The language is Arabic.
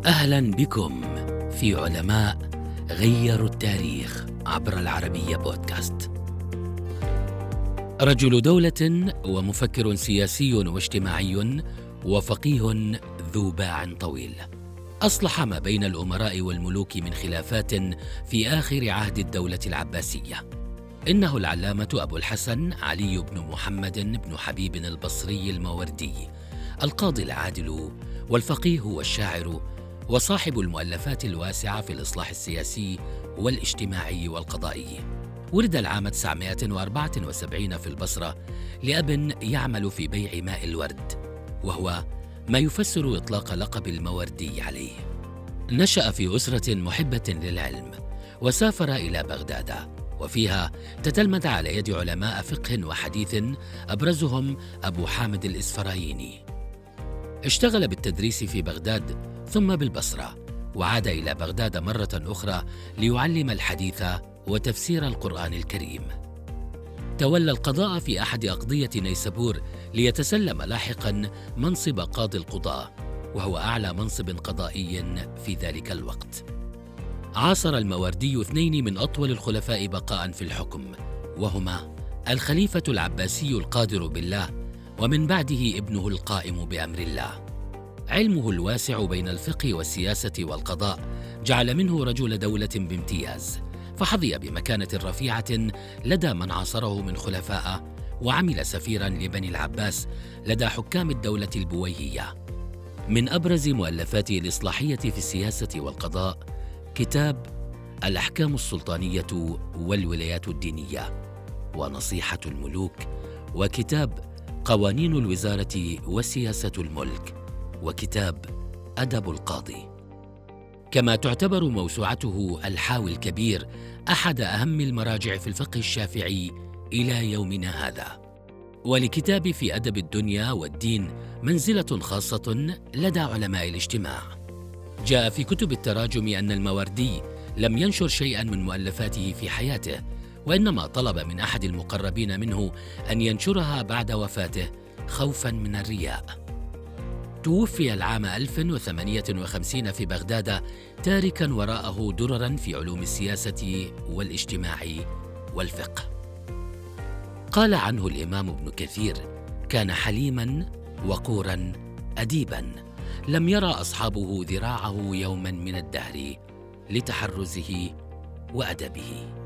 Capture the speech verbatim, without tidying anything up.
أهلا بكم في علماء غيروا التاريخ عبر العربية بودكاست. رجل دولة ومفكر سياسي واجتماعي وفقيه ذو باع طويل، أصلح ما بين الأمراء والملوك من خلافات في آخر عهد الدولة العباسية. إنه العلامة أبو الحسن علي بن محمد بن حبيب البصري الماوردي، القاضي العادل والفقيه والشاعر وصاحب المؤلفات الواسعة في الإصلاح السياسي والاجتماعي والقضائي. ولد العام تسعمائة وأربعة وسبعين في البصرة لأب يعمل في بيع ماء الورد، وهو ما يفسر إطلاق لقب الماوردي عليه. نشأ في أسرة محبة للعلم، وسافر إلى بغداد، وفيها تتلمذ على يد علماء فقه وحديث أبرزهم أبو حامد الإسفرايني. اشتغل بالتدريس في بغداد ثم بالبصرة، وعاد إلى بغداد مرة أخرى ليعلم الحديث وتفسير القرآن الكريم. تولى القضاء في أحد أقضية نيسابور ليتسلم لاحقا منصب قاضي القضاة، وهو أعلى منصب قضائي في ذلك الوقت. عاصر الماوردي اثنين من أطول الخلفاء بقاء في الحكم، وهما الخليفة العباسي القادر بالله، ومن بعده ابنه القائم بأمر الله. علمه الواسع بين الفقه والسياسة والقضاء جعل منه رجل دولة بامتياز، فحظي بمكانة رفيعة لدى من عاصره من خلفاء، وعمل سفيرا لبني العباس لدى حكام الدولة البويهية. من أبرز مؤلفاته الإصلاحية في السياسة والقضاء كتاب الأحكام السلطانية والولايات الدينية، ونصيحة الملوك، وكتاب قوانين الوزارة وسياسة الملك، وكتاب أدب القاضي. كما تعتبر موسوعته الحاوي الكبير أحد أهم المراجع في الفقه الشافعي إلى يومنا هذا. ولكتاب في أدب الدنيا والدين منزلة خاصة لدى علماء الاجتماع. جاء في كتب التراجم أن الماوردي لم ينشر شيئا من مؤلفاته في حياته، وإنما طلب من أحد المقربين منه أن ينشرها بعد وفاته خوفا من الرياء. توفي العام ألف وثمانية وخمسين في بغداد، تاركا وراءه دررا في علوم السياسة والاجتماع والفقه. قال عنه الإمام ابن كثير: كان حليما وقورا أديبا، لم يرى أصحابه ذراعه يوما من الدهر لتحرزه وأدبه.